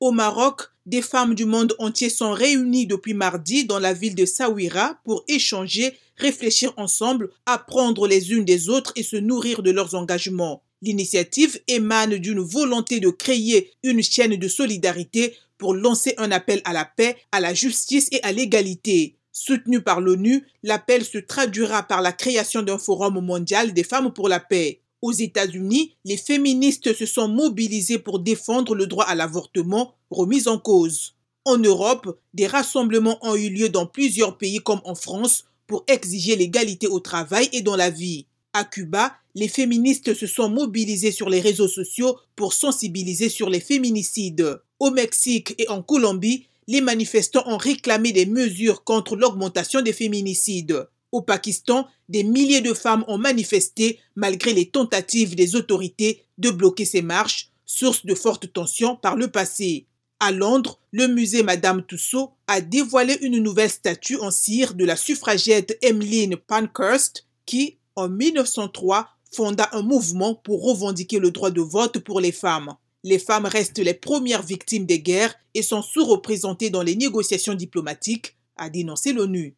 Au Maroc, des femmes du monde entier sont réunies depuis mardi dans la ville de Saouira pour échanger, réfléchir ensemble, apprendre les unes des autres et se nourrir de leurs engagements. L'initiative émane d'une volonté de créer une chaîne de solidarité pour lancer un appel à la paix, à la justice et à l'égalité. Soutenu par l'ONU, l'appel se traduira par la création d'un forum mondial des femmes pour la paix. Aux États-Unis, les féministes se sont mobilisées pour défendre le droit à l'avortement, remis en cause. En Europe, des rassemblements ont eu lieu dans plusieurs pays comme en France pour exiger l'égalité au travail et dans la vie. À Cuba, les féministes se sont mobilisées sur les réseaux sociaux pour sensibiliser sur les féminicides. Au Mexique et en Colombie, les manifestants ont réclamé des mesures contre l'augmentation des féminicides. Au Pakistan, des milliers de femmes ont manifesté malgré les tentatives des autorités de bloquer ces marches, source de fortes tensions par le passé. À Londres, le musée Madame Tussauds a dévoilé une nouvelle statue en cire de la suffragette Emmeline Pankhurst qui, en 1903, fonda un mouvement pour revendiquer le droit de vote pour les femmes. Les femmes restent les premières victimes des guerres et sont sous-représentées dans les négociations diplomatiques, a dénoncé l'ONU.